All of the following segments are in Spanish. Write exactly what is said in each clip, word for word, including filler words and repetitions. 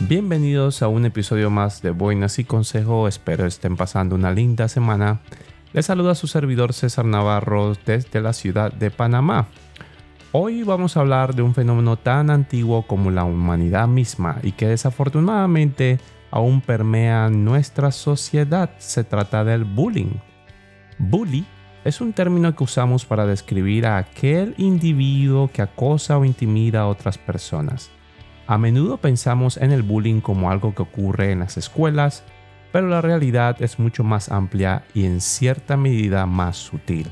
Bienvenidos a un episodio más de Boinas y Consejo. Espero estén pasando una linda semana. Les saluda su servidor César Navarro desde la ciudad de Panamá. Hoy vamos a hablar de un fenómeno tan antiguo como la humanidad misma y que desafortunadamente aún permea nuestra sociedad. Se trata del bullying. Bully es un término que usamos para describir a aquel individuo que acosa o intimida a otras personas. A menudo pensamos en el bullying como algo que ocurre en las escuelas, pero la realidad es mucho más amplia y en cierta medida más sutil.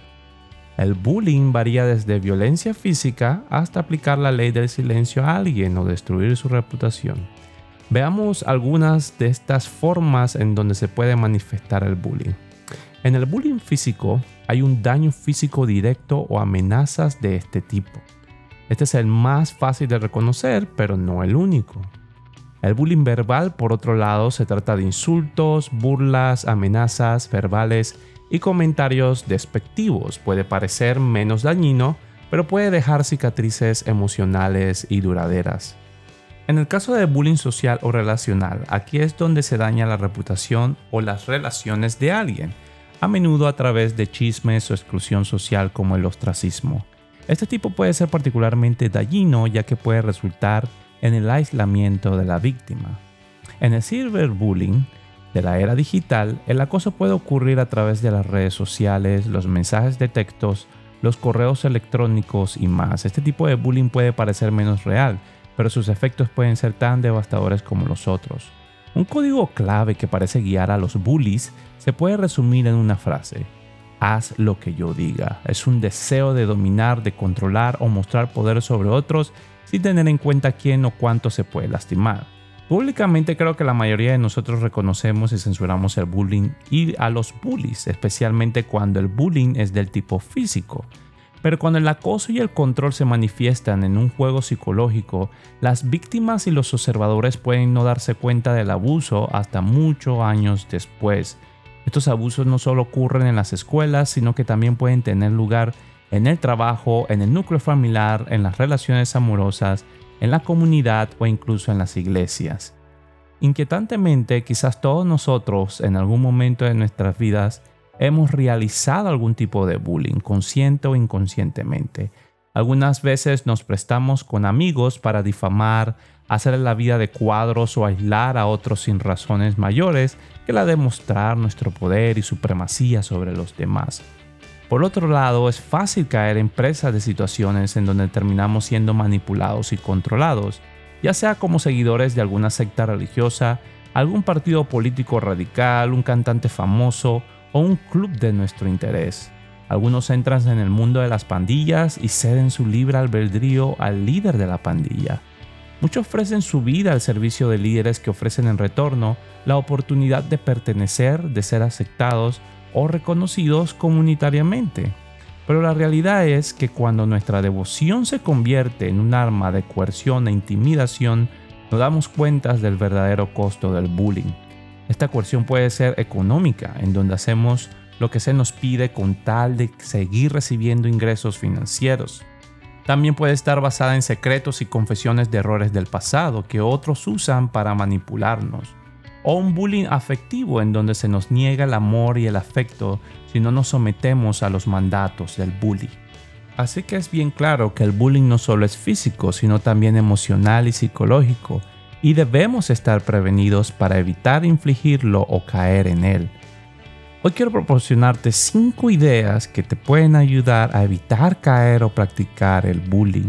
El bullying varía desde violencia física hasta aplicar la ley del silencio a alguien o destruir su reputación. Veamos algunas de estas formas en donde se puede manifestar el bullying. En el bullying físico hay un daño físico directo o amenazas de este tipo. Este es el más fácil de reconocer, pero no el único. El bullying verbal, por otro lado, se trata de insultos, burlas, amenazas verbales y comentarios despectivos. Puede parecer menos dañino, pero puede dejar cicatrices emocionales y duraderas. En el caso de bullying social o relacional, aquí es donde se daña la reputación o las relaciones de alguien, a menudo a través de chismes o exclusión social como el ostracismo. Este tipo puede ser particularmente dañino ya que puede resultar en el aislamiento de la víctima. En el cyberbullying de la era digital, el acoso puede ocurrir a través de las redes sociales, los mensajes de textos, los correos electrónicos y más. Este tipo de bullying puede parecer menos real, pero sus efectos pueden ser tan devastadores como los otros. Un código clave que parece guiar a los bullies se puede resumir en una frase: haz lo que yo diga. Es un deseo de dominar, de controlar o mostrar poder sobre otros sin tener en cuenta quién o cuánto se puede lastimar. Públicamente creo que la mayoría de nosotros reconocemos y censuramos el bullying y a los bullies, especialmente cuando el bullying es del tipo físico. Pero cuando el acoso y el control se manifiestan en un juego psicológico, las víctimas y los observadores pueden no darse cuenta del abuso hasta muchos años después. Estos abusos no solo ocurren en las escuelas, sino que también pueden tener lugar en el trabajo, en el núcleo familiar, en las relaciones amorosas, en la comunidad o incluso en las iglesias. Inquietantemente, quizás todos nosotros en algún momento de nuestras vidas hemos realizado algún tipo de bullying, consciente o inconscientemente. Algunas veces nos prestamos con amigos para difamar, hacer la vida de cuadros o aislar a otros sin razones mayores que la de mostrar nuestro poder y supremacía sobre los demás. Por otro lado, es fácil caer en presa de situaciones en donde terminamos siendo manipulados y controlados, ya sea como seguidores de alguna secta religiosa, algún partido político radical, un cantante famoso o un club de nuestro interés. Algunos entran en el mundo de las pandillas y ceden su libre albedrío al líder de la pandilla. Muchos ofrecen su vida al servicio de líderes que ofrecen en retorno la oportunidad de pertenecer, de ser aceptados o reconocidos comunitariamente. Pero la realidad es que cuando nuestra devoción se convierte en un arma de coerción e intimidación, nos damos cuenta del verdadero costo del bullying. Esta coerción puede ser económica, en donde hacemos lo que se nos pide con tal de seguir recibiendo ingresos financieros. También puede estar basada en secretos y confesiones de errores del pasado que otros usan para manipularnos. O un bullying afectivo en donde se nos niega el amor y el afecto si no nos sometemos a los mandatos del bully. Así que es bien claro que el bullying no solo es físico, sino también emocional y psicológico, y debemos estar prevenidos para evitar infligirlo o caer en él. Hoy quiero proporcionarte cinco ideas que te pueden ayudar a evitar caer o practicar el bullying.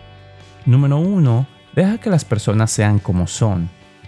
Número uno. Deja que las personas sean como son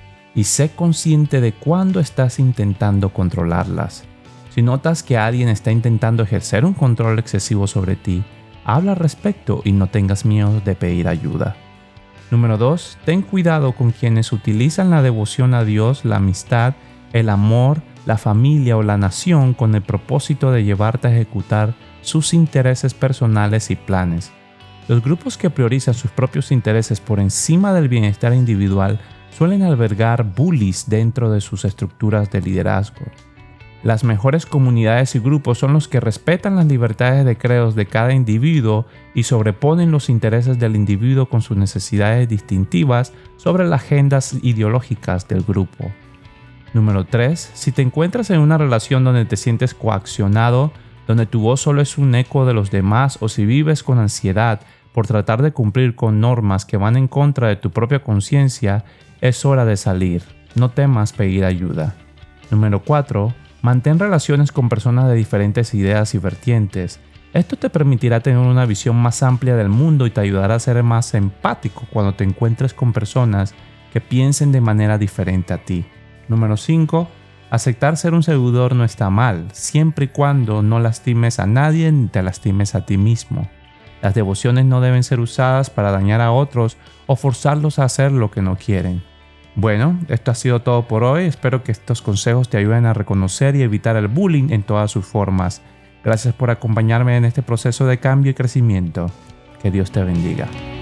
y sé consciente de cuándo estás intentando controlarlas. Si notas que alguien está intentando ejercer un control excesivo sobre ti, habla al respecto y no tengas miedo de pedir ayuda. Número dos. Ten cuidado con quienes utilizan la devoción a Dios, la amistad, el amor, la familia o la nación con el propósito de llevarte a ejecutar sus intereses personales y planes. Los grupos que priorizan sus propios intereses por encima del bienestar individual suelen albergar bullies dentro de sus estructuras de liderazgo. Las mejores comunidades y grupos son los que respetan las libertades de credos de cada individuo y sobreponen los intereses del individuo con sus necesidades distintivas sobre las agendas ideológicas del grupo. Número tres. Si te encuentras en una relación donde te sientes coaccionado, donde tu voz solo es un eco de los demás, o si vives con ansiedad por tratar de cumplir con normas que van en contra de tu propia conciencia, es hora de salir. No temas pedir ayuda. Número cuatro. Mantén relaciones con personas de diferentes ideas y vertientes. Esto te permitirá tener una visión más amplia del mundo y te ayudará a ser más empático cuando te encuentres con personas que piensen de manera diferente a ti. Número cinco. Aceptar ser un seguidor no está mal, siempre y cuando no lastimes a nadie ni te lastimes a ti mismo. Las devociones no deben ser usadas para dañar a otros o forzarlos a hacer lo que no quieren. Bueno, esto ha sido todo por hoy. Espero que estos consejos te ayuden a reconocer y evitar el bullying en todas sus formas. Gracias por acompañarme en este proceso de cambio y crecimiento. Que Dios te bendiga.